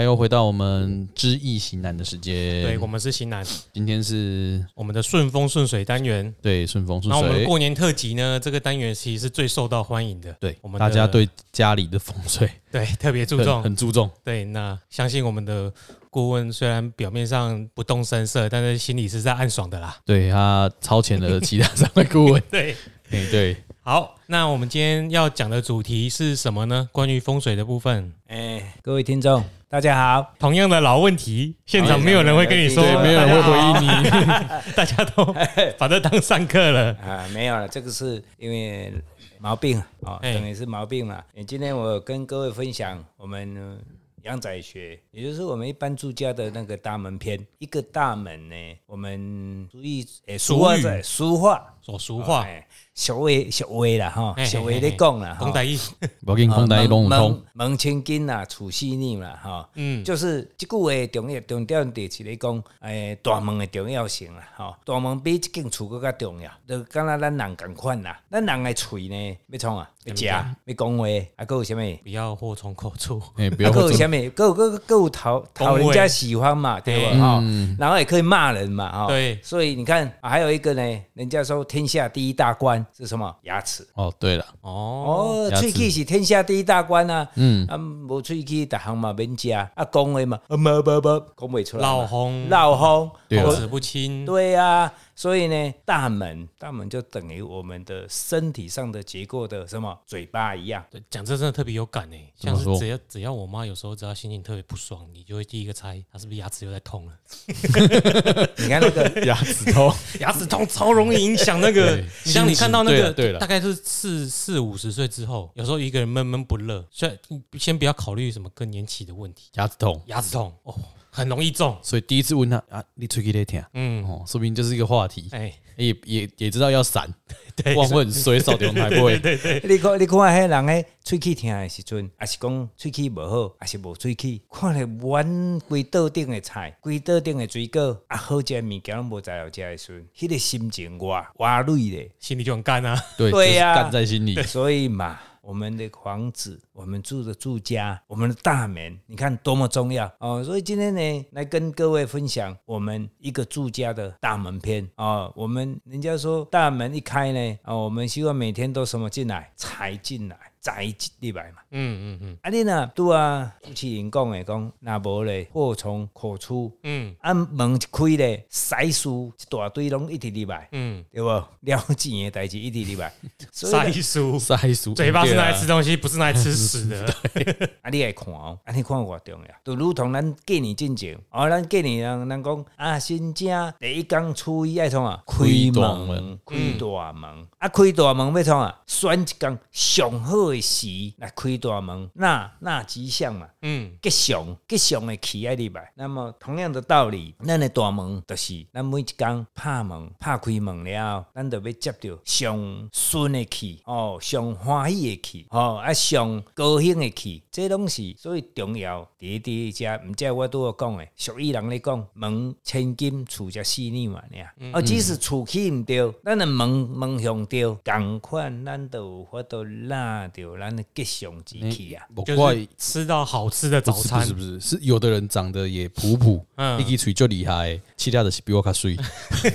又回到我们知易行难的时间。 对，我们是型男， 今天是我们的顺风顺水单元。 对，顺风顺那我们水。 过年特辑呢，这个单元其实是最受到欢迎的。 对， 我们大家对家里的风水对特别注重， 很注重。 对，那相信我们的顾问虽然表面上不动声色，但是心里是在暗爽的啦。 对，他超前了其他3位顾问。 对， 对。 好，那我们今天要讲的主题是什么呢？关于风水的部分。 各位听众，大家好。 同样的老问题，现场没有人会跟你说， 对，没有人会回应你， 大家都把这当上课了啊，没有了，这个是因为毛病啊，等于是毛病嘛。今天我跟各位分享我们阳宅学，也就是我们一般住家的那个大门篇。一个大门呢，我们俗话俗话。 俗话啦哈，俗话咧讲啦， 讲台语， 我跟你讲台语拢有通。 门千金啦，处细腻啦，哈，就是这句话重点就是咧讲，大门的重要性啦，哈，大门比这间厝更加重要，就敢若咱人同款啦，咱人的嘴呢，要创啊，要食，要讲话，还有什么？ 不要祸从口出， 不要有什么？有讨人家喜欢嘛，对吧？哈，然后也可以骂人嘛，哈， 对， 所以你看，还有一个呢，人家说天下第一大关是什么？牙齿。 哦，对了， 喙齿是天下第一大关啊，无喙齿，逐项嘛免食，啊，讲话嘛，无，讲不出来， 闹哄，口齿不清， 对啊。所以呢，大门就等于我们的身体上的结构的什么嘴巴一样。 对，讲这真的特别有感诶，像是只要我妈有时候只要心情特别不爽，你就会第一个猜她是不是牙齿又在痛了。 你看那个牙齿痛， 牙齿痛超容易影响那个。你像你看到那个， 对了， 大概是40-50岁之后，有时候一个人闷闷不乐，所以先不要考虑什么更年期的问题， 牙齿痛哦。 很容易中， 所以第一次问他啊，你嘴在痛，说明就是一个话题，也知道要闪，忘问水少点还不会。 对，你看迄人诶，喙齿痛的时阵，还是讲喙齿无好，还是无喙齿，看咧碗规桌顶的菜，规桌顶的水果，啊，好食物件拢无在好食的时阵，迄个心情哇累咧， 心里就很干啊。 对呀，干在心里。 所以嘛。我们的房子，我们住家，我们的大门，你看多么重要哦！所以今天呢，来跟各位分享我们一个住家的大门篇哦。我们人家说大门一开呢，我们希望每天都什么进来，财进来。财入来嘛，啊你若拄啊主持人讲的讲，若无咧祸从口出，门一开咧，财事一大堆拢一直入来，对不？了钱的代志一直入来， 财事，嘴巴是拿来吃东西，不是拿来吃屎的。 啊你来看哦，啊你看偌重要，就如同咱过年进前，咱过年人讲啊新正第一天初一爱创啊开门，开大门，啊开大门要创啊选一天上好。时来开大门，那吉祥嘛，吉祥的气爱入来。那么同样的道理，咱的大门就是咱每一天拍开门了，咱就要接到上顺的气，上欢喜的气，上高兴的气，这拢是所以重要。第一遮，唔知我拄好讲的，俗语人咧讲，门千金，厝则细腻嘛，即使厝起唔对，咱的门向对，同款咱都有法度拉着。咱的吉祥之气啊， 就是吃到好吃的早餐， 不是有的人长得也普，一支嘴就厉害，其他的是比我较水。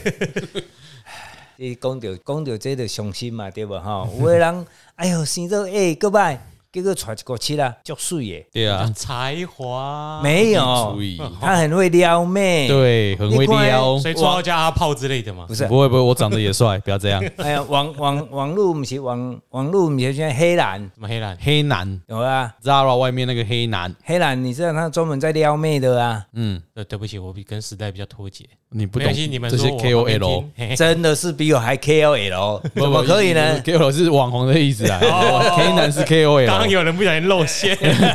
你讲到这个伤心嘛，对不哈？有的人哎呦生到个歹。结果娶一个妻啦，足水耶！ 对啊， 才华没有，他很会撩妹， 对，很会撩。 所以绰号叫阿炮之类的嘛？ 不是， 不会，我长得也帅，不要这样。 哎呀，网络不是网络不是现在黑男？ 什么黑男？ 黑男有啊 ，Zara 外面那个黑男， 你知道他专门在撩妹的啊？ 对不起，我跟时代比较脱节。 你不懂你们这些 KOL， 真的是比我还 KOL， 怎么可以呢 ？KOL 是网红的意思啊，黑男是 KOL。 刚刚有人不小心露馅，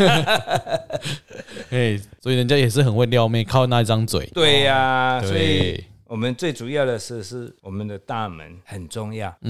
所以人家也是很会撩妹，靠那一张嘴。 对呀，所以我们最主要的是我们的大门很重要。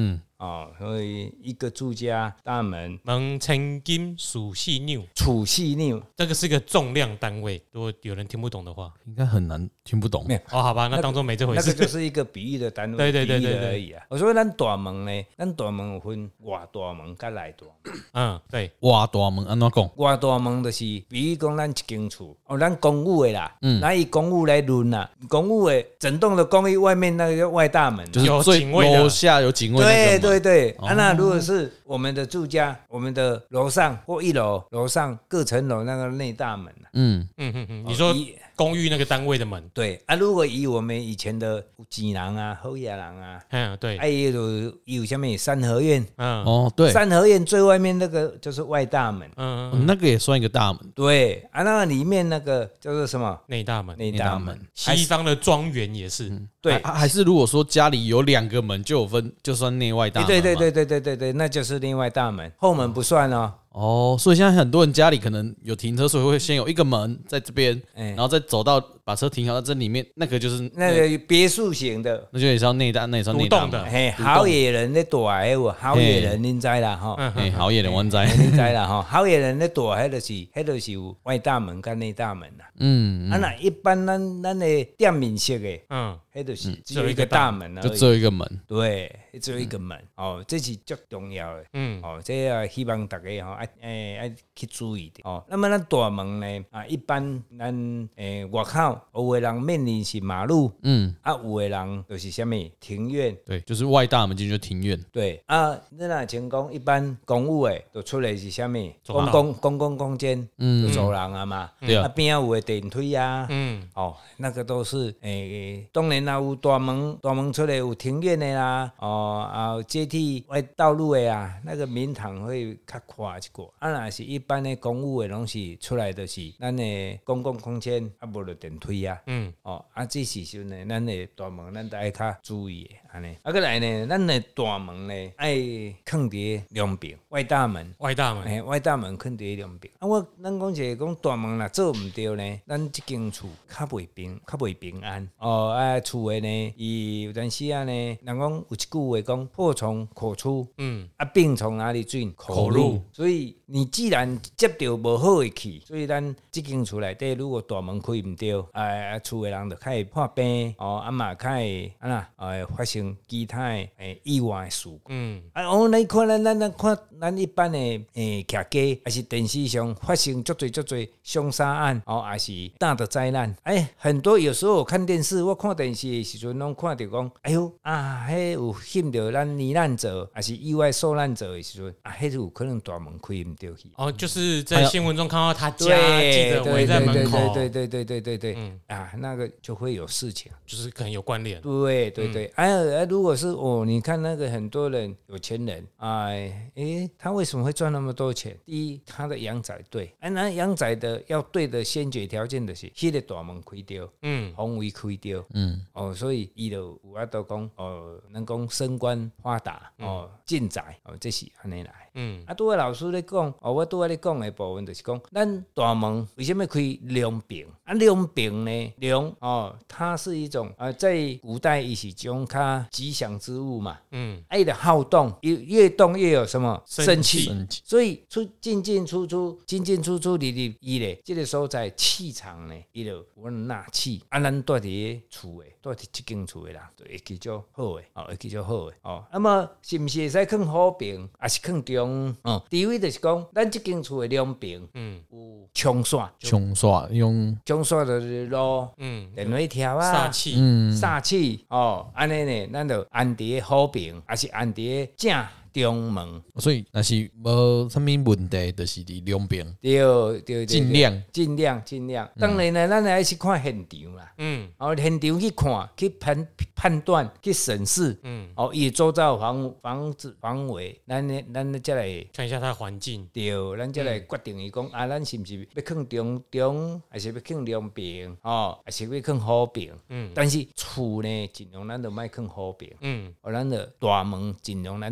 所以一个住家大门， 门千斤属细纽， 处细纽， 这个是个重量单位。如果有人听不懂的话， 应该很难听不懂。 好吧，那当做没这回事。 那个就是一个比喻的单位， 对而已啊。我说咱大门呢，咱大门有分外大门跟内大门。 对， 外大门安怎讲？ 外大门就是比喻讲咱一间厝，咱公寓的啦，拿以公寓来论啦，公寓的整栋的公寓外面那个叫外大门， 就是最楼下有警卫。 对，那如果是我们的住家，我们的楼上或一楼、楼上各层楼那个内大门。 你说公寓那个单位的门， 对啊。如果以我们以前的济南啊、后野人啊， 对， 有什么三合院， 对， 三合院最外面那个就是外大门， 那个也算一个大门。 对啊，那里面那个叫做什么？ 内大门。 西方的庄园也是， 对， 还是如果说家里有2个门就有分，就算内外大门。 对，那就是另外大门，后门不算哦。 所以现在很多人家里可能有停车，所以会先有一个门在这边，然后再走到把车停好在这里面，那个就是那个别墅型的， 那就也是要内大，那也算内大门。 好野人的大有好野人您知啦哈， 好野人我知， 您知啦哈，好野人的大迄就是有外大门跟内大门啦。那一般咱的店面式的，迄就是只有一个大门， 就只有一个门， 对，只有一个门这是最重要的。这要希望大家爱去注意的。那么咱大门呢一般咱外口有的人面临是马路，有的人就是什么庭院， 对，就是外大门进去就庭院， 对啊。你若像讲一般公寓的，就出来是什么公共空间，就走廊啊嘛，边有的电梯啊，那个都是当然啦，有大门出来有庭院的啦，阶梯外道路的啊，那个民堂会较宽一个。若是一般的公寓的，拢是出来的是咱的公共空间，无就电梯啊。这时阵呢，咱的大门咱都爱较注意的安尼。再来呢，咱的大门呢爱放伫两边，外大门放伫两边。咱讲一个讲大门啦，做唔对呢，咱这间厝较袂平安。厝的呢，伊有阵时啊呢，人讲有一句话讲破从口出，病从哪里进？口入。所以你既然接到无好的气，所以咱这间厝内底如果大门开唔对，厝的人就较会破病，嘛较会发生其他的意外的事故。你看咱看咱一般的徛街，还是电视上发生足多凶杀案，还是大的灾难。很多有时候我看电视，我看电视的时阵，拢看到讲，迄有陷到咱罹难者，还是意外受难者的时阵，迄有可能大门开唔对去。 就是在新闻中看到他家记者围在门口， 对，那个就会有事情， 就是可能有关联。 对，如果是你看那个很多人有钱人，他为什么会赚那么多钱？第一，他的阳宅对，那阳宅的要对的先决条件就是，迄个大门开掉，方位开掉，所以伊就有法度讲，能讲升官发达，进财，这是安尼来。拄仔老师咧讲，我拄仔咧讲的部分就是讲，咱大门为什么开两边？两边呢，梁它是一种在古代也是一种较吉祥之物嘛。伊的好动，越动越有什么生气，所以进出入伊咧，这个所在气场呢，伊就有纳气。咱住伫厝的，住伫这间厝的人，就会比较好的，会比较好的。那么是不是会使放好边，还是放中？除非就是讲，咱这间厝的两边，有冲刷用冲刷就是路，电话条啊，煞气，安尼呢，咱就安伫好边，还是安伫正中门。 所以若是无啥物问题，就是伫两边。 对， 尽量。 当然呢，咱还是看现场啦。现场去看，去判断，去审视。伊周遭房子范围，咱才来看一下它的环境。 对，咱才来决定伊讲咱是不是要放中，还是要放两边，还是要放好边。但是厝呢，尽量咱就莫放好边。咱的大门尽量咱就放伫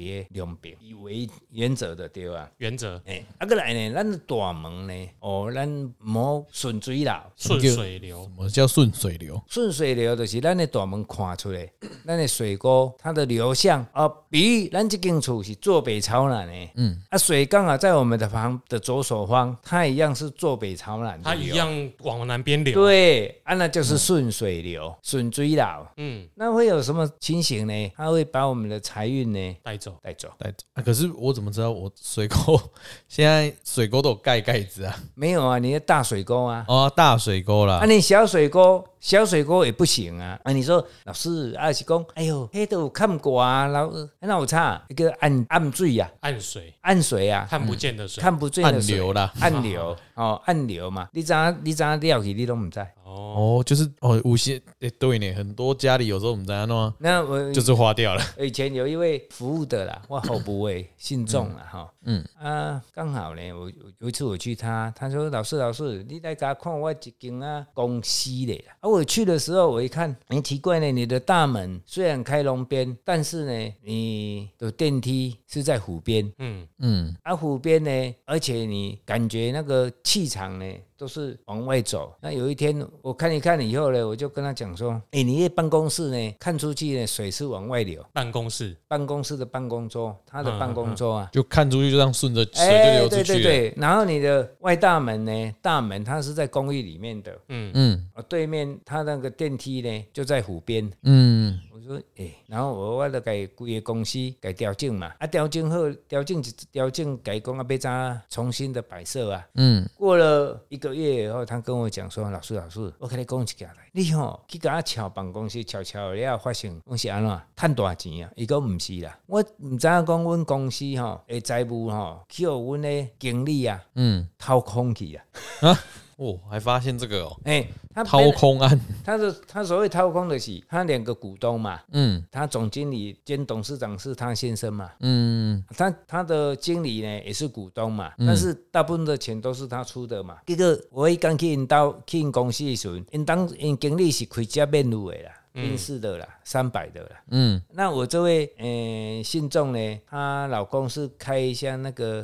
的两边，以为原则的对啊。 原则。 过来呢，咱大门呢，咱莫顺水流。 顺水流。 什么叫顺水流？ 顺水流就是咱的大门看出来，咱的水沟它的流向比喻咱这间厝是坐北朝南的。水缸啊，在我们的旁的左手方，它一样是坐北朝南的， 它一样往南边流。 对，那就是顺水流，顺水流。那会有什么情形呢？它会把我们的财运呢带走。 可是我怎么知道我水沟现在水沟都有盖子啊？ 没有啊，你的大水沟啊。 大水沟啦。 你小水沟也不行啊。你说老师是讲，哎呦，那都有看过啊，那有差一个暗水啊，暗水啊， 看不见的水， 看不见的水， 暗流啦， 暗流嘛。你怎料去，你都不知道。 就是有些对呢，很多家里有时候我们在弄， 那我就是花掉了。 以前有一位服务的啦，我后部位姓仲啦刚好呢，我有一次我去他说老师，你来给我看我一间公司嘞。我去的时候，我一看，奇怪呢，你的大门虽然开龙边，但是呢，你的电梯是在湖边，湖边呢，而且你感觉那个气场呢，都是往外走。那有一天我看一看以后呢，我就跟他讲说，你的办公室呢，看出去呢，水是往外流。 办公室的办公桌，他的办公桌啊， 就看出去就这样顺着水就流出去了。 对。然后你的外大门呢，大门它是在公寓里面的，对面它那个电梯呢就在湖边，我说然后我就给规个公司给调整嘛，调整好，调整改讲要怎重新的摆设啊，过了1个月以后，他跟我讲说，老师，我跟你讲一件来，你去给他敲办公室，敲了发现我是安怎赚大钱啊？伊讲不是啦，我唔知影讲阮公司的财务去互阮的经理啊，掏空去啊。 还发现这个他掏空案。 他所谓掏空的是，他2个股东嘛，他总经理兼董事长是他先生嘛，他的经理呢也是股东嘛，但是大部分的钱都是他出的嘛。结果我刚去因公司的时候，因经理是开只面路的啦。宾士的啦，300的啦。那我这位信众呢，她老公是开一下那个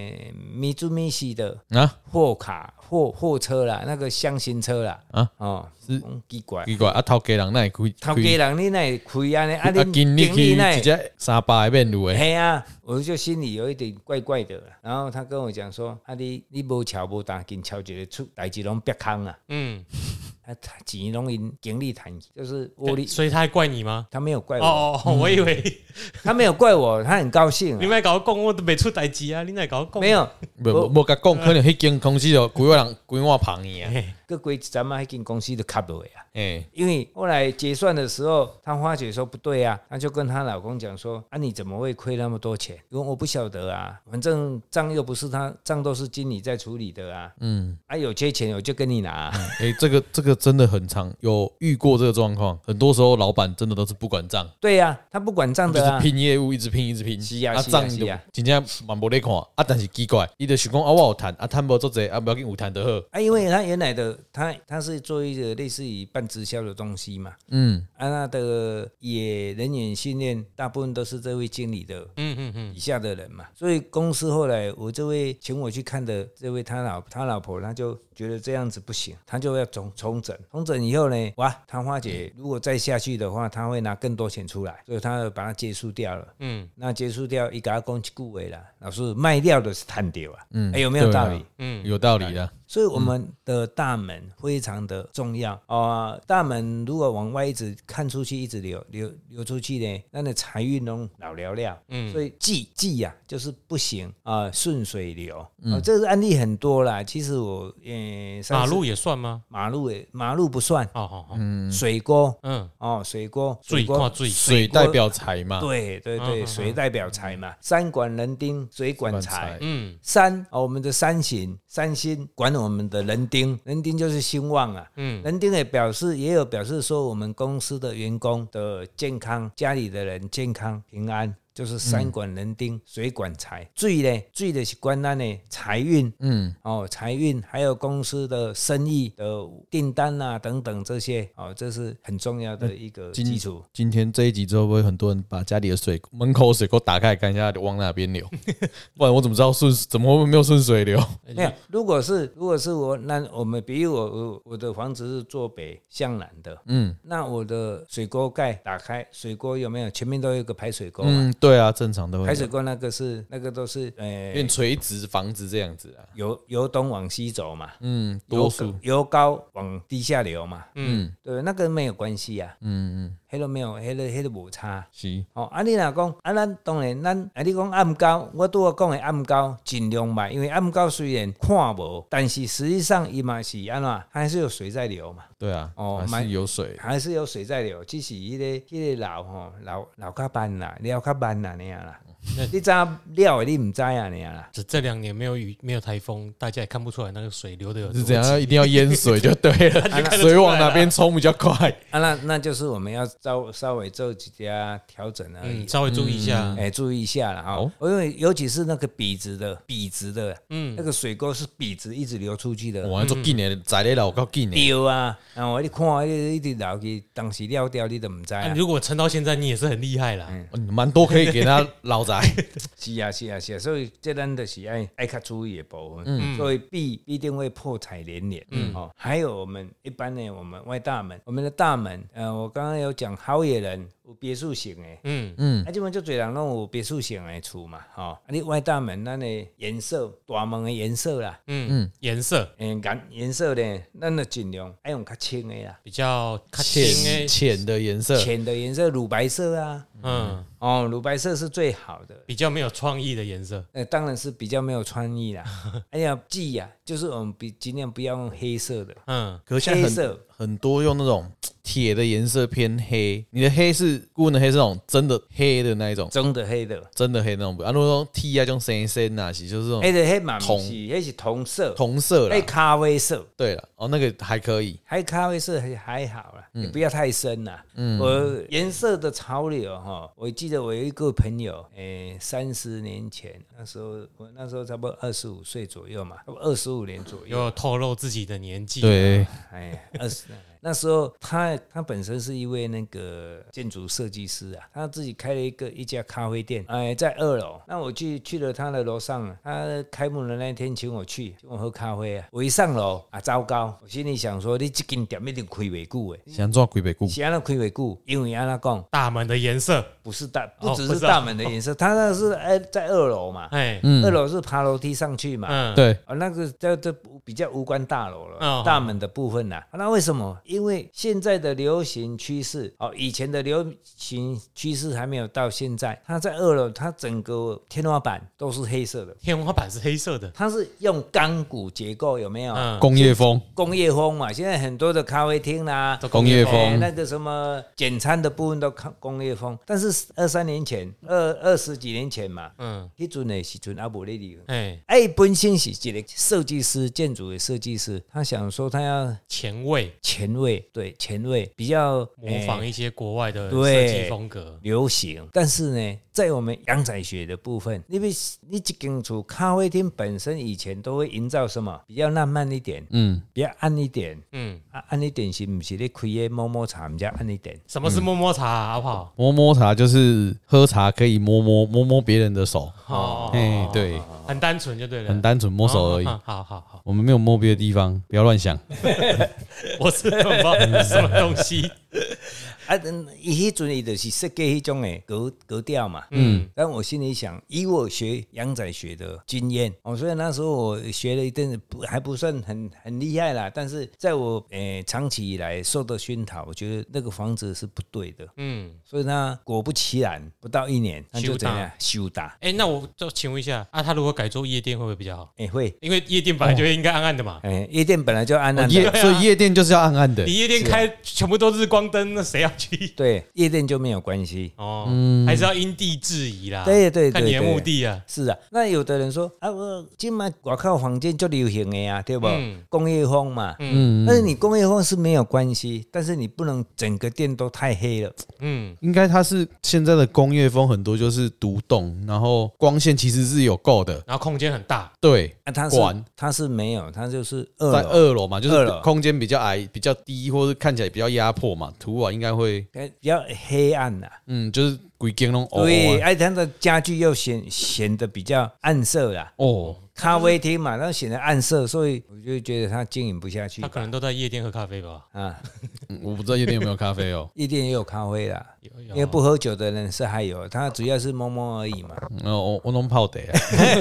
Mitsubishi 的货车啦，那个厢型车啦。是奇怪头家人哪会开？ 头家人你哪会开啊？ 你经理直接300的面路诶。 系啊，我就心里有一点怪怪的。然后他跟我讲说，你无敲无打，紧敲一个出，代志拢别空啊。钱拢因经理谈，就是所以他还怪你吗？ 他没有怪我。 我以为他没有怪我，他很高兴。 你莫甲我讲，我都没出代志啊！你莫甲我讲。 没有， 无甲讲，可能迄间公司就规划旁去啊。 个规咱们迄间公司就卡落啊。因为后来结算的时候，他发觉说不对啊，他就跟她老公讲说：“你怎么会亏那么多钱？”因为我不晓得啊，反正账又不是他，账都是经理在处理的啊。有缺钱我就跟你拿。 这个真的很常有遇过这个状况，很多时候老板真的都是不管账。 对啊，他不管账的就是拼业务，一直拼。 是啊， 账就真正嘛无咧看但是奇怪，伊就想讲我有谈谈无做侪不要紧，有谈就好。 因为他原来的他是做一个类似于半直销的东西嘛。他的人员训练大部分都是这位经理的以下的人嘛，所以公司后来我这位请我去看的这位他老婆，他就觉得这样子不行，他就要重整以后呢，他发觉如果再下去的话，他会拿更多钱出来，所以他就把它结束掉了。那结束掉，伊给他讲一句话啦，老师卖掉的是赚掉啊。有没有道理？ 有道理的。 所以我们的大门非常的重要大门如果往外一直看出去，一直流出去呢，那你财运都老了。所以忌啊，就是不行顺水流。这个案例很多啦。其实我马路也算吗？ 马路不算。水沟水代表财嘛。 对，水代表财嘛。山管人丁，水管财。山我们的山星管我们的人丁就是兴旺啊。人丁也有表示说我们公司的员工的健康，家里的人健康平安， 就是山管人丁，水管财。水呢，水就是管咱的财运，财运还有公司的生意的订单啊等等这些，这是很重要的一个基础。 今天这一集之后，会不会很多人把家里的门口水沟打开，看一下往哪边流？不然我怎么知道怎么会没有顺水流？ 没有，如果是我们比如我的房子是坐北向南的，那我的水沟盖打开，水沟有没有前面都有一个排水沟嘛？ 对啊，正常都会。 排水沟那个都是有点垂直房子这样子啊， 由东往西走嘛， 多数由高往地下流嘛，对，那个没有关系啊，迄个没有，迄个无差。 是你若讲咱当然你讲暗沟，我拄我讲的暗沟尽量买，因为暗沟虽然看无，但是实际上伊嘛是安怎，还是有水在流嘛。 对啊，还是有水， 还是有水在流，只是迄个流较慢啦，流较慢啦那样啦。你知了的你唔知啊那样啦。 这2年没有雨，没有台风，大家也看不出来那个水流的有是这样，一定要淹水就对了，水往哪边冲比较快那就是我们要稍微做几家调整而已， 稍微注意一下， 注意一下啦哈。因为尤其是那个笔直的，那个水沟是笔直一直流出去的。 哇，做紧的，在咧流够紧的。 对啊，你看一直流去，当时掉掉你都唔知啊。 如果撑到现在，你也是很厉害啦， 蛮多可以给他捞在。 是啊，所以这咱就是爱较注意的部分，所以必定会破财连连。还有我们一般呢，我们外大门，我们的大门，我刚刚有讲好野人有别墅型的，基本就多人拢有别墅型的厝嘛，你外大门咱的颜色，大门的颜色啦， 颜色， 颜色呢，咱就尽量爱用较清的啦， 比较浅的颜色， 乳白色啊。乳白色是最好的， 比较没有创意的颜色。 当然是比较没有创意啦。记呀，就是我们尽量不要用黑色的。 可是现在很多用那种铁的颜色偏黑，你的黑是顾问的黑是那种真的黑的那一种， 真的黑那种。如果说 T 啊，这种深啊，是就是这种黑的黑嘛，黑是同色啦， 黑咖啡色。 对了，那个还可以， 黑咖啡色还好啦，你不要太深啦。我颜色的潮流我记得我有一个朋友，30年前那时候差不多25岁左右嘛，25年左右， 又透露自己的年纪。 对 ，20那时候他本身是一位那个建筑设计师啊，他自己开了一家咖啡店，在2楼。那我去了他的楼上，他开幕的那天请我喝咖啡啊。我一上楼糟糕，我心里想说，你这间店一定开不久的。 想做开不久？ 是安怎开不久？因为安怎讲， 大门的颜色不只是大门的颜色，他那是在2楼嘛，2楼是爬楼梯上去嘛， 对， 那个这比较无关大楼了，大门的部分啦。那为什么？因为现在的流行趋势，以前的流行趋势还没有到现在，它在2楼，它整个天花板都是黑色的， 天花板是黑色的， 它是用钢骨结构，有没有？ 工业风嘛， 现在很多的咖啡厅啦， 工业风， 那个什么简餐的部分都工业风，但是23年前，20几年前嘛，那阵的时阵也无咧理，本身是一个设计师，建筑的设计师，他想说他要前卫， 对，前卫比较模仿一些国外的设计风格， 流行。但是呢，在我们阳宅学的部分，你一间厝咖啡厅本身以前都会营造什么比较浪漫一点，比较暗一点，暗一点是不是你开的摸摸茶比较暗一点？ 什么是摸摸茶好不好？ 摸摸茶就是喝茶可以摸别人的手，对， 很单纯就对了， 很单纯摸手而已。 好， 我们没有摸别的地方，不要乱想。 我是不知道什么东西。 迄阵伊就是设计迄种的格调嘛，但我心里想，以我学阳宅学的经验，所以那时候我学了一阵，还不算很厉害啦，但是在我长期以来受到熏陶，我觉得那个房子是不对的，所以呢，果不其然，不到1年，那就怎样修打。 那我就请问一下他如果改做夜店会不会比较好？ 会， 因为夜店本来就应该暗暗的嘛。 夜店本来就暗暗的， 所以夜店就是要暗暗的。 你夜店开全部都日光灯，那谁要？ 去。 对，夜店就没有关系哦，还是要因地制宜啦。 对对对， 看你的目的啊。 是啊，那有的人说啊，我今麦外口房间就流行的呀，对不？工业风嘛，但是你工业风是没有关系，但是你不能整个店都太黑了。 应该它是现在的工业风很多就是独栋，然后光线其实是有够的， 然后空间很大。 对， 它是没有，它就是在2楼嘛，就是空间比较矮、比较低，或是看起来比较压迫嘛，图瓦应该会比较黑暗啦。 就是规间拢对，它的家具又显得比较暗色啦。咖啡厅嘛，那显得暗色，所以我就觉得它经营不下去。 他可能都在夜店喝咖啡吧？ 我不知道夜店有没有咖啡哦。 夜店也有咖啡啦，因为不喝酒的人是还有，他主要是摸摸而已嘛。 我弄泡的。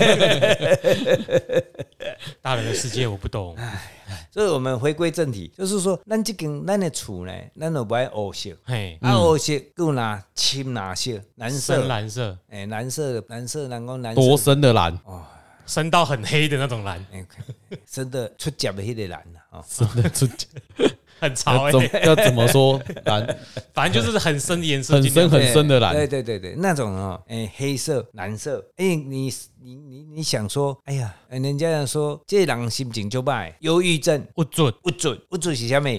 大人的世界我不懂。 所以我们回归正题，就是说，咱的厝呢，咱就不爱黑色，黑色够拿深蓝色， 深蓝色， 蓝色，然后多深的蓝深到很黑的那种蓝， 深的出脚的那个蓝深的出脚。 很潮要怎么说蓝？ 反正就是很深的颜色， 很深很深的蓝。 对，那种黑色、蓝色。你想说，哎呀，人家说这人心情就歹，忧郁症、 不准是啥物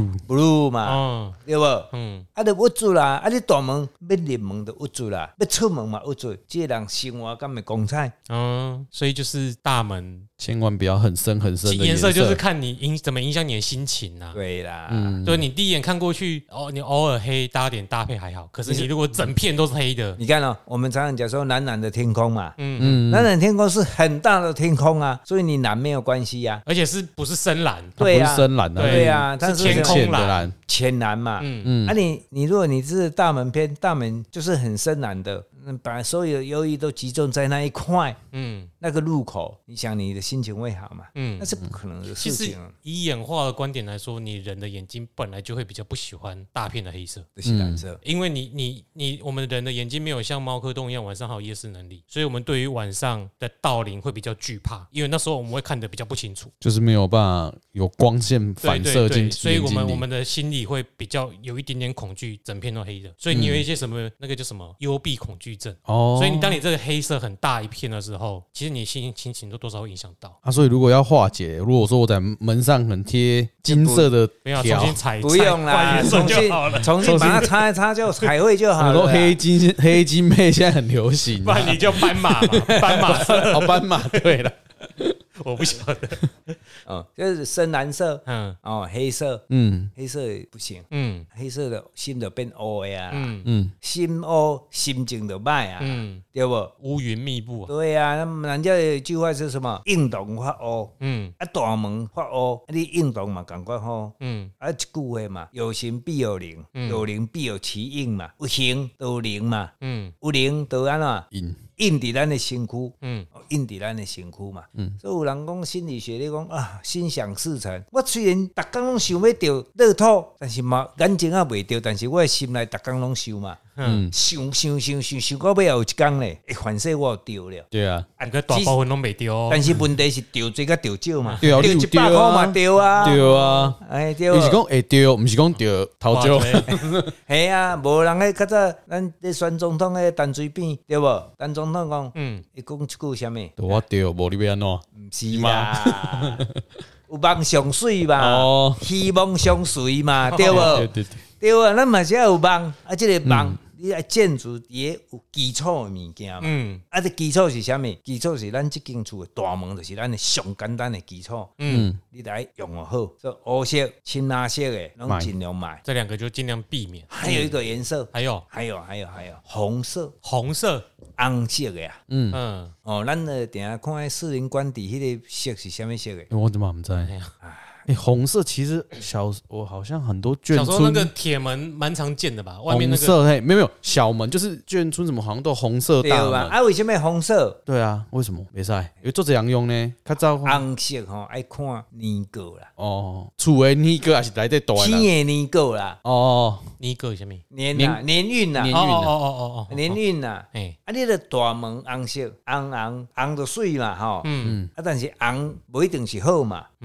？blue 嘛，对不？啊，就郁住啦，啊，你大门要入门就郁住啦，要出门嘛郁住，这人生活敢会光彩。 所以就是大门千万不要很深很深的颜色，就是看你怎么影响你的心情呐。 对啦， 对，你第一眼看过去，你偶尔黑搭点搭配还好，可是你如果整片都是黑的， 你看我们常常讲说蓝蓝的天空嘛，蓝蓝天空是很大的天空啊，所以你蓝没有关系啊， 而且不是深蓝？ 对啊，不是深蓝的， 对啊， 它是天空蓝， 浅蓝嘛。你如果你是大门偏，大门就是很深蓝的，把所有的忧郁都集中在那一块，那个入口，你想你的心情会好嘛？那是不可能的事情。 其实以演化的观点来说，你人的眼睛本来就会比较不喜欢大片的黑色， 是蓝色， 因为我们人的眼睛没有像猫科动物一样晚上还有夜视能力，所以我们对于晚上的盗铃会比较惧怕，因为那时候我们会看得比较不清楚， 就是没有办法有光线反射进， 所以我们的心里会比较有一点点恐惧，整片都黑的，所以你有一些什么那个叫什么幽闭恐惧症所以当你这个黑色很大一片的时候，其实你心情都多少会影响到所以如果要化解，如果说我在门上很贴金色的条，重新彩不用啦，重新把它擦一擦就彩绘就好了。 黑金配现在很流行， 不然你就斑马嘛，斑马色斑马对了。 我不晓得， 就是深蓝色，黑色，黑色不行，黑色的心就变黑呀，心黑心情就歹啊，对不？ 乌云密布， 对啊，人家有一句话是什么？运动发黑，大门发黑，你运动嘛，赶快好，一句话嘛，有形必有灵，有灵必有其应嘛，有形就有灵嘛，有灵就安怎？印伫咱的身躯，印伫咱的身躯嘛，所以有人讲心理学，你讲心想事成。我虽然逐工拢想要着乐透，但是嘛眼睛也袂着，但是我的心内逐工拢想嘛，想到尾有一天咧，反正我着了。 对啊， 个大部分拢袂着， 但是问题是着最甲着少嘛， 着 100块嘛着啊， 对啊， 对， 你是讲会着，毋是讲着头少。 系啊，无人迄较早咱咧选总统迄陈水扁对无？陈总统讲，伊讲一句啥物？ 我着，无你要安怎？ 毋是啦，有梦上水嘛，希望相随嘛，对无？对啊，咱嘛是要有梦，这个梦。你要建筑也有基础的物件嘛，这基础是啥物？基础是咱这间厝的大门，就是咱的上简单的基础。你来用就好，所以黑色、青蓝色的，拢尽量买。 这两个就尽量避免。 还有一个颜色， 还有红色、 红色的呀。咱的定下看士林官邸迄个色是啥物色的？ 我怎么不知道？红色其实我好像很多眷村， 小时候那个铁门蛮常见的吧？外面那个红色没有小门，就是眷村什么好像都红色大门。 对吧？为什么红色？ 对啊，为什么？没使，因为做这样用呢？较早红色爱看年糕啦。 厝的年糕还是来在大天的年糕啦。 年糕是什么？ 年运啦。年运啦。你的大门红色，红就水嘛，但是红不一定是好嘛。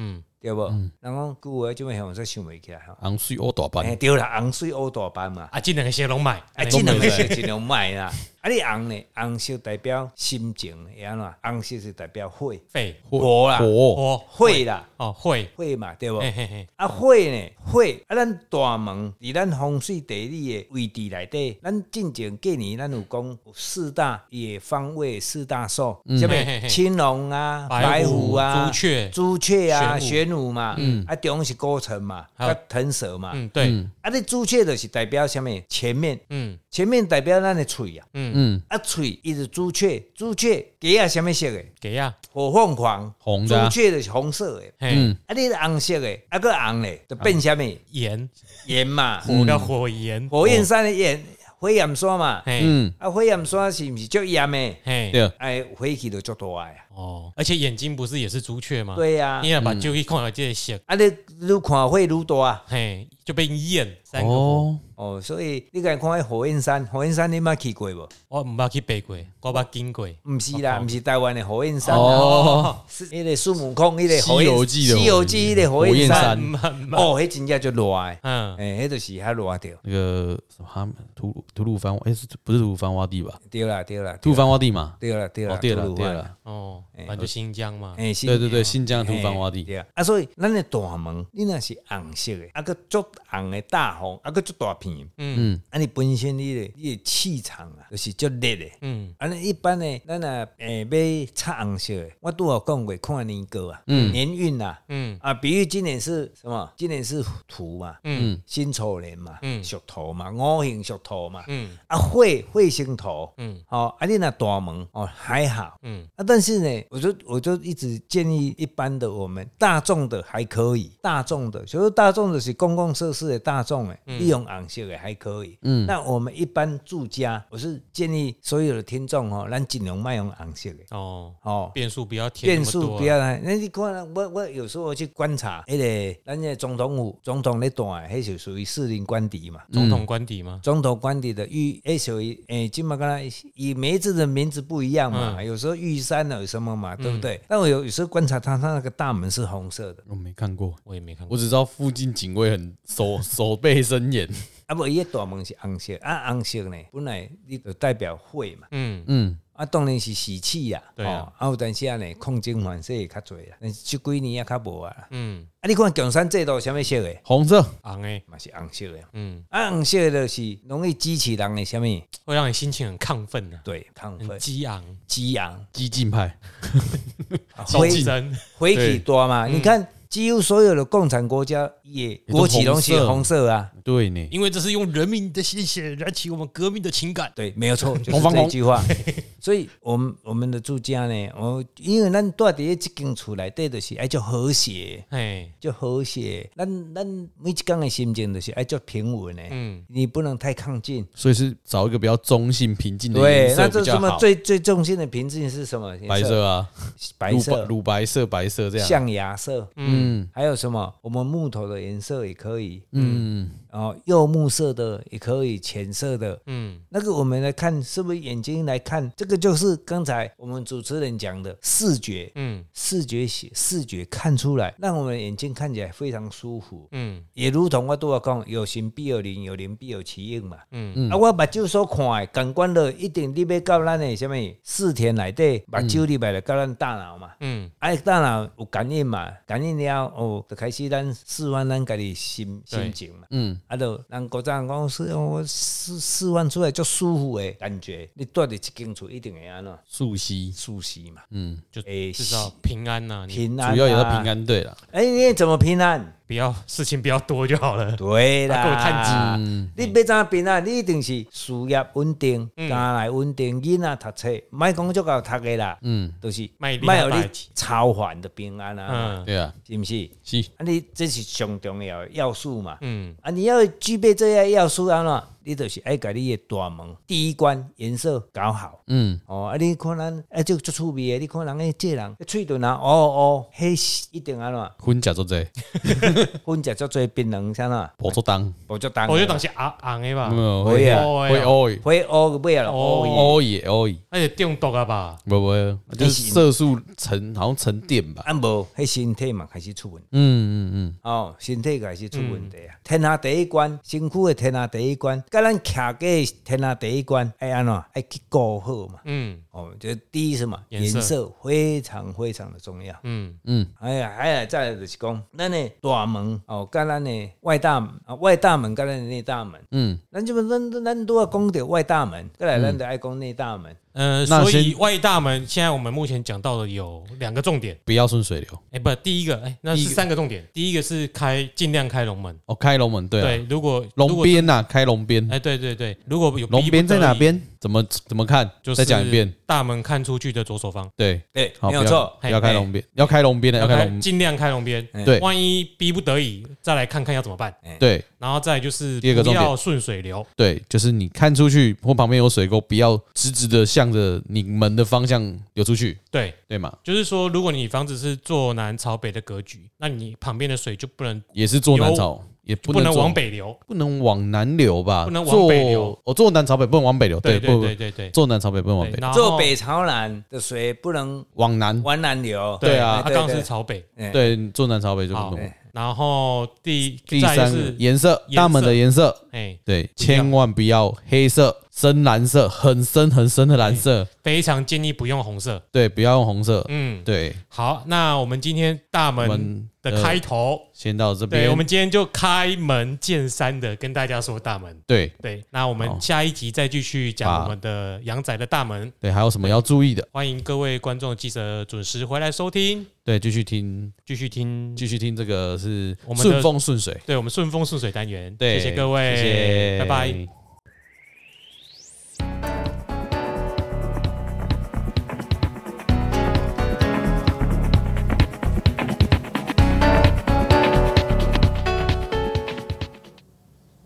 对不？人讲句话怎么样，我说想不起来哈。 红水乌大班， 对啦，红水乌大班嘛。 这两个色拢买， 这两个色尽量买啦。你红呢？红色代表心情，安怎？红色是代表火，火啦，火啦，火嘛，对不？火呢？火咱大门伫咱风水地理的位置内底，咱进前过年咱有讲有四大也方位四大兽，什么青龙啊、白虎啊、朱雀啊、玄武嘛，中是勾陈嘛，腾蛇嘛， 对， 你朱雀就是代表什么？前面，前面代表咱的喙啊，喙伊是朱雀鸡啊，什么色的？ 鸡啊， 火凤凰， 红的， 朱雀就是红色的，你是红色的，个红嘞，就变什么？炎嘛， 火焰， 火焰山的焰。火焰山嘛，火焰山是不是足炎的？对，火气就足大呀。 而且眼睛不是也是朱雀吗？ 对呀， 你要把就一看到这个色， 你看火愈大， 就被焰三个火。 所以你看火焰山你捌去过无？ 我唔捌去爬过，我捌经过。 唔是啦，唔是台湾的火焰山是迄个孙悟空，迄个西游记迄个火焰山。迄真正就热的，迄就是遐热着。 那个什么吐鲁番，不是吐鲁番洼地吧？ 对啦， 吐鲁番洼地嘛。 对了， 反正就新疆嘛。 对，新疆吐鲁番洼地。 所以咱的大门，你若是红色的，个足红的大红，个足大片，你本身你的气场啊，就是足热的，尼一般的，咱要擦红色的，我都有讲过，看年过啊，年运啊，比喻今年是什么？今年是土嘛，辛丑年嘛，属土嘛，五行属土嘛，火生土，你那大门还好，但是呢，我就一直建议一般的我们大众的还可以，大众的，所以大众的是公共设施的大众利用红色的还可以，那我们一般住家，我是建议所有的听众咱尽量卖用红色的变数不要填那么多，变数不要来。那你看我有时候去观察，咱的总统府总统咧住的，迄就属于士林官邸嘛， 总统官邸吗？ 总统官邸的属于今嘛刚才以每一次的名字不一样嘛，有时候玉山有什么嘛，对不对？但我有时候观察它那个大门是红色的， 我没看过， 我也没看过， 我只知道附近警卫很守备森严。 不，伊个大门是红色，红色呢，本来你就代表火嘛，当然是喜气呀， 对啊， 有但是呢，空间反射会较侪啦，但是这几年也较无啊，你看共产制度什么色的？ 红色， 红的嘛是红色的，红色的就是容易激起人的什么？ 会让你心情很亢奋的， 对，亢奋， 激昂， 激进派， 火气大嘛，你看。几乎所有的共产国家也国旗都是红色啊， 对呢， 因为这是用人民的鲜血燃起我们革命的情感， 对，没有错，就是这句话。所以我们的住家呢，因为咱住在这间厝内底，就是爱叫和谐，就和谐。咱每一天的心情就是爱叫平稳的，你不能太亢进， 所以是找一个比较中性平静的颜色比较好。 对，那这什么最中性的平静是什么？ 白色啊， 白色、 乳白色、白色这样， 象牙色，还有什么？我们木头的颜色也可以，柚木色的也可以，浅色的，那个我们来看，是不是眼睛来看？这个就是刚才我们主持人讲的视觉，视觉看出来，让我们眼睛看起来非常舒服，也如同我都要讲，有形必有灵，有灵必有其应嘛，我目睭所看的感官的，一定你要到咱的什么四田内底，目睭里面就到咱大脑嘛，大脑有感应嘛，感应了就开始咱释放咱家己心情嘛，就人国长讲释放出来就舒服的感觉，你住在一间厝一定会安怎舒适嘛， 就至少平安呐， 平安， 主要也要平安，对了， 你怎么平安？ 事情不要多就好了。 对啦， 够探气。 你要怎平安？你一定是事业稳定，家内稳定，囡仔读册，莫讲足够读的啦，就是莫有你超凡的平安啊， 对啊， 是不是？ 是， 你这是上重要的要素嘛，你要具备这些要素啊， 你就是爱甲你的大门第一关颜色搞好。你看咱就趣味的，你看人这人喙唇啊，迄一定安怎？ 荤食做济， 荤食做济槟榔啥啦？ 无做重， 我就当是红的吧？ 会啊， 会黑尾啊， 黑， 而且中毒啊吧？ 无，就是色素好像沉淀吧？ 无，迄身体嘛开始出问题。身体开始出问题啊！天下第一关，身躯的天下第一关，甲咱徛过天下第一关，安怎？爱去顾好嘛。就第一什么？颜色非常非常的重要。再来就是讲，咱的大门甲咱的外大门，甲咱的内大门。咱这边咱都要讲到外大门，再来咱就爱讲内大门。 所以外大门现在我们目前讲到的有2个重点， 不要顺水流。 不，第一个那是3个重点。第一个是尽量开龙门。 开龙门，对。 对，如果龙边呐，开龙边。 对，如果有龙边在哪边？怎么看？再讲一遍。 大门看出去的左手方。 对， 没有错。 不要开龙边，要开龙边的，要开龙， 尽量开龙边。 对， 万一逼不得已，再来看看要怎么办。 对， 然后再就是第2个重点， 不要顺水流。 对，就是你看出去或旁边有水沟，不要直直的向着你门的方向流出去。对嘛？ 就是说，如果你房子是坐南朝北的格局，那你旁边的水就不能也是坐南朝。也不能往北流， 不能往南流吧？ 不能往北流。 坐南朝北不能往北流。对，坐南朝北不能往北。 坐北朝南的水不能往南流。 对啊， 它刚是朝北。 对，坐南朝北就不能。 然后第 3个颜色，大门的颜色。对，千万不要黑色、深蓝色、很深的蓝色。 非常建议不用红色。 对，不要用红色。对。 好，那我们今天大门的开头先到这边。 对，我们今天就开门见山的跟大家说大门。 对， 那我们下一集再继续讲我们的阳宅的大门。 对，还有什么要注意的？ 欢迎各位观众记得准时回来收听。 对，继续听这个是顺风顺水。 对，我们顺风顺水单元。 对， 谢谢各位， 谢谢， 拜拜。